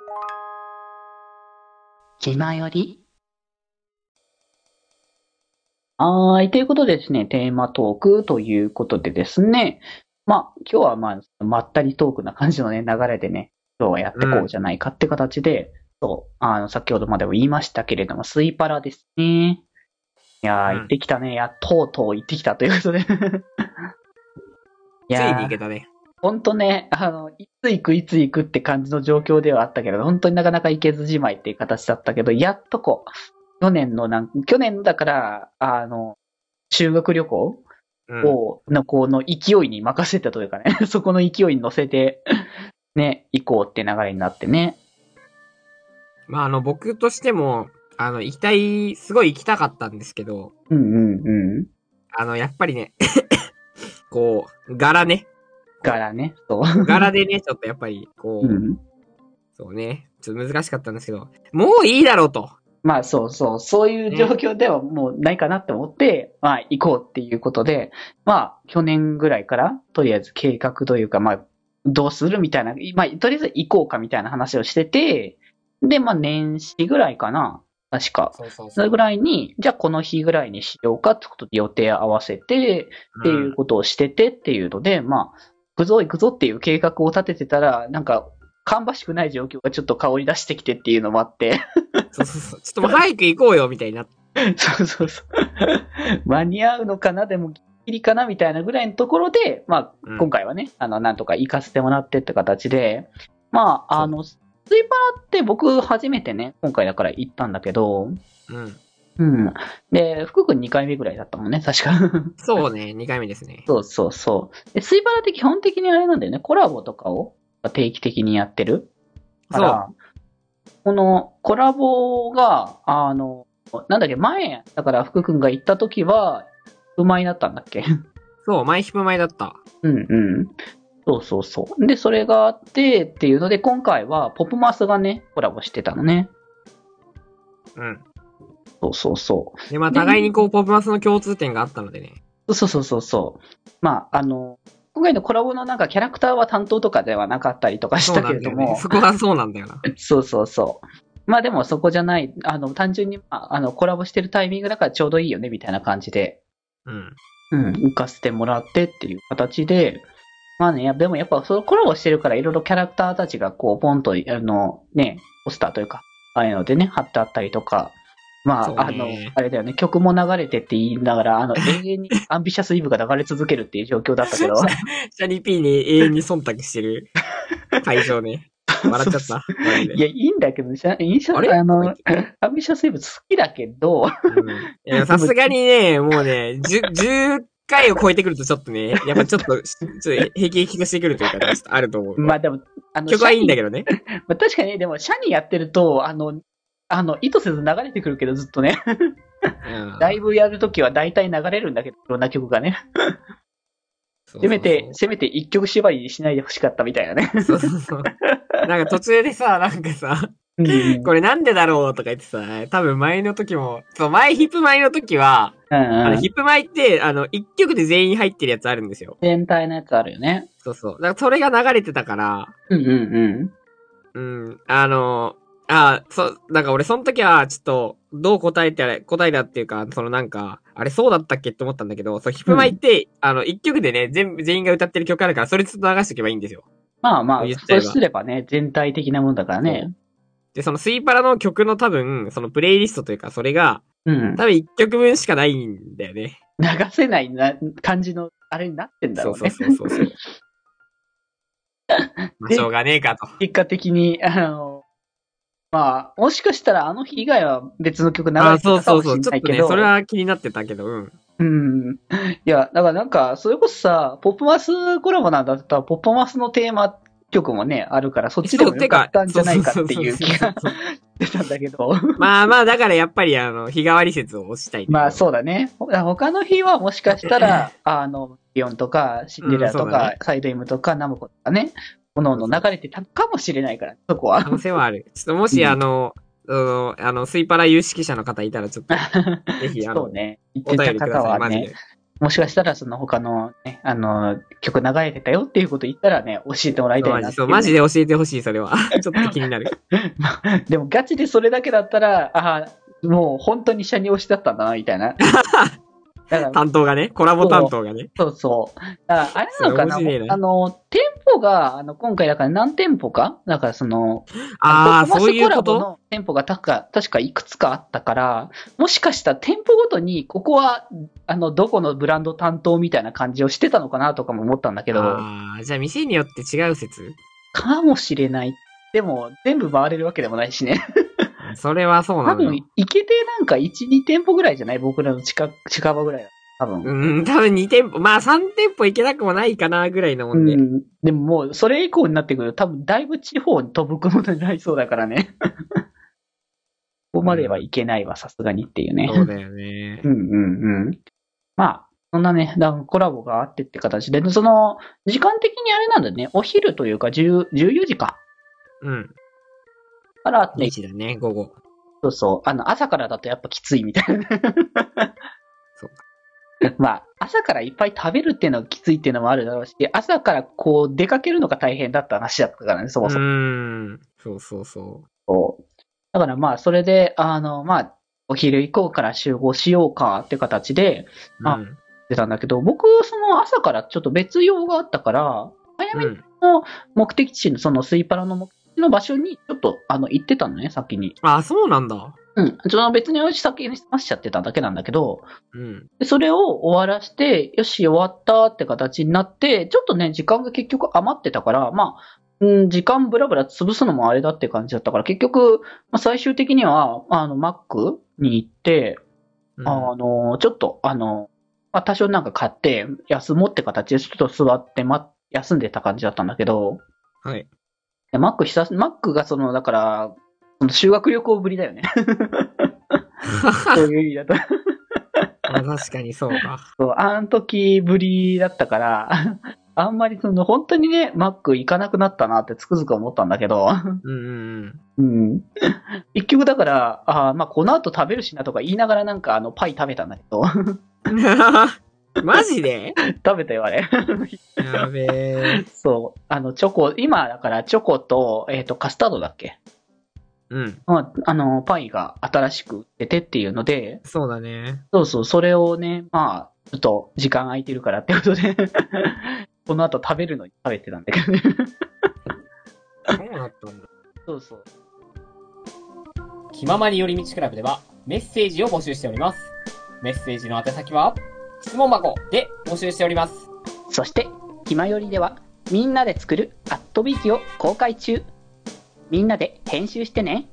気まより。はい。ということでですね、テーマトークということでですね、今日はまったりトークな感じのね、流れでね、今日はやってこうじゃないかって形で、先ほどまでも言いましたけれども、スイパラですね。いやー、行ってきたね。とうとう行ってきたということで。いついやー、 に行けたね。 ほんとね、いつ行くって感じの状況ではあったけど、本当になかなか行けずじまいっていう形だったけど、やっと去年だから、修学旅行この勢いに任せたというかね、そこの勢いに乗せて、ね、行こうって流れになってね。 僕としても、すごい行きたかったんですけど、やっぱりね、柄ね。 柄ね、そう。 柄でね、ちょっとやっぱり、そうね、ちょっと難しかったんですけど、もういいだろうと。 そういう状況ではもうないかなって思って、行こうっていうことで、去年ぐらいから、とりあえず計画というか、どうするみたいな、とりあえず行こうかみたいな話をしてて、で、年始ぐらいかな。確か。それぐらいに、じゃあこの日ぐらいにしようかってことで予定合わせて、っていうことをしててっていうので、行くぞっていう計画を立ててたら、なんか、芳しくない状況がちょっと香り出してきてっていうのもあって。 ちょっともう早く行こうよ、みたいになって。 そう。間に合うのかなでもギリギリかなみたいなぐらいのところで、今回はね、なんとか行かせてもらってって形で、スイパラって僕初めてね、今回だから行ったんだけど、で、福君2回目ぐらいだったもんね、確か。 そうね、2回目ですね。 で、スイパラって基本的にあれなんだよね、コラボとかを定期的にやってるから、このコラボが、なんだっけ、前、だから福君が行った時は、うまいだったんだっけ。 そう、前ヒプマイだった。 そう。で、それがあってっていうので、今回はポップマスがね、コラボしてたのね。そう。 で、互いにポップマスの共通点があったのでね。 そう。今回のコラボのなんかキャラクターは担当とかではなかったりとかしたけれども。 そこはそうなんだよな。 そう。でもそこじゃない、単純に、コラボしてるタイミングだからちょうどいいよね、みたいな感じで。浮かせてもらってっていう形で、でもやっぱそのコラボしてるからいろいろキャラクターたちがポンと、ポスターというか、ああいうのでね、貼ってあったりとか、あれだよね、曲も流れてって言いながら、永遠にアンビシャスイブが流れ続けるっていう状況だったけど。 シャニー P に永遠に忖度してる会場ね。笑っちゃった。 いや、いいんだけど、アンビシャスイブ好きだけど。 さすがにね、もうね、10回を超えてくるとちょっとね、やっぱちょっと平気聞かしてくるというか、ちょっとあると思う。 でも、 曲はいいんだけどね。 確かに、でも、シャニーやってると、意図せず流れてくるけど、ずっとね。ライブやるときは大体流れるんだけど、いろんな曲がね。せめて一曲縛りにしないでほしかったみたいなね。 なんか途中でさ、これなんでだろうとか言ってさ、多分前の時も、ヒップマイの時は、ヒップマイって、一曲で全員入ってるやつあるんですよ。 全体のやつあるよね。 だからそれが流れてたから、なんか俺その時はちょっと、どう答えだっていうか、あれそうだったっけって思ったんだけど、ヒップマイって、一曲でね、全員が歌ってる曲あるから、それずっと流しておけばいいんですよ。 そうすればね、全体的なもんだからね。 で、そのスイパラの曲の多分、そのプレイリストというか、それが、多分一曲分しかないんだよね。 流せない感じの、あれになってんだろうね。 そう。しょうがねえかと。 結果的に、もしかしたらあの日以外は別の曲流れてたかもしれないけど。 ちょっとね、それは気になってたけど、いや、だからなんか、それこそさ、ポップマスコラボなんだったら、ポップマスのテーマ曲もね、あるから、そっちでもよかったんじゃないかっていう気がしてたんだけど。 だからやっぱり日替わり説を推したい。 そうだね。他の日はもしかしたら、ビヨンとか、シンデレラとか、サイドイムとか、ナムコとかね、おの流れてたかもしれないから、そこは。 可能性はある。ちょっともし、スイパラ有識者の方いたら、ちょっと、ぜひ、 そうね。言ってた方はね、 もしかしたらその他のね、曲流れてたよっていうこと言ったらね、教えてもらいたいなっていうね。 そう、マジで教えてほしい、それは。ちょっと気になる。 でもガチでそれだけだったら、もう本当に車に推しだったんだな、みたいな。だから担当がね、コラボ担当がね。 そうそう。だからあれなのかな、店舗が、今回だから何店舗かだからそういうことコラボの店舗が確かいくつかあったから、もしかしたら店舗ごとに、ここは、どこのブランド担当みたいな感じをしてたのかなとかも思ったんだけど。 じゃあ店によって違う説かもしれない。でも、全部回れるわけでもないしね。 それはそうなのよ。 多分、行けてなんか1、2店舗ぐらいじゃない僕らの近場ぐらいは。多分。 多分2店舗、まあ3店舗行けなくもないかなぐらいのもんで。 でももう、それ以降になってくると多分だいぶ地方に飛ぶことになりそうだからね。ここまではいけないわ、さすがにっていうね。 そうだよね。 まあ、そんなね、コラボがあってって形で、時間的にあれなんだね、お昼というか14時か。からね。2時だね、午後。 そうそう。朝からだとやっぱきついみたいな。 そうか。まあ、朝からいっぱい食べるっていうのがきついっていうのもあるだろうし、朝からこう出かけるのが大変だった話だったからね、そもそも。 そう。 だからまあ、それで、まあ、お昼以降から集合しようかって形で、出たんだけど、僕、朝からちょっと別用があったから、早めの目的地のスイパラの目的地の場所にちょっと行ってたのね、先に。 そうなんだ。 別に先に済ましちゃってただけなんだけど、でそれを終わらして、よし、終わったって形になって、ちょっとね、時間が結局余ってたから、まあ、時間ブラブラ潰すのもあれだって感じだったから、結局、最終的には、マックに行って、ちょっと、多少なんか買って、休もうって形でちょっと座って、休んでた感じだったんだけど、 はい。 マックがだから、修学旅行ぶりだよね。そういう意味だと。 確かにそうか。 そう、あの時ぶりだったから、あんまり本当にね、マック行かなくなったなってつくづく思ったんだけど。結局だから、まあ、この後食べるしなとか言いながらなんかパイ食べたんだけど。 マジで食べたよ、あれ。 やべえ。 そう。チョコ、今だからチョコと、カスタードだっけパイが新しく出てっていうので。 そうだね。 そう、それをね、まあ、ちょっと時間空いてるからってことで、この後食べるのに食べてたんだけどね。 そうだったんだ。 そう。 気ままに寄り道クラブではメッセージを募集しております。メッセージの宛先は、質問箱で募集しております。 そして、気まよりでは、みんなで作るアットビーキを公開中。みんなで編集してね。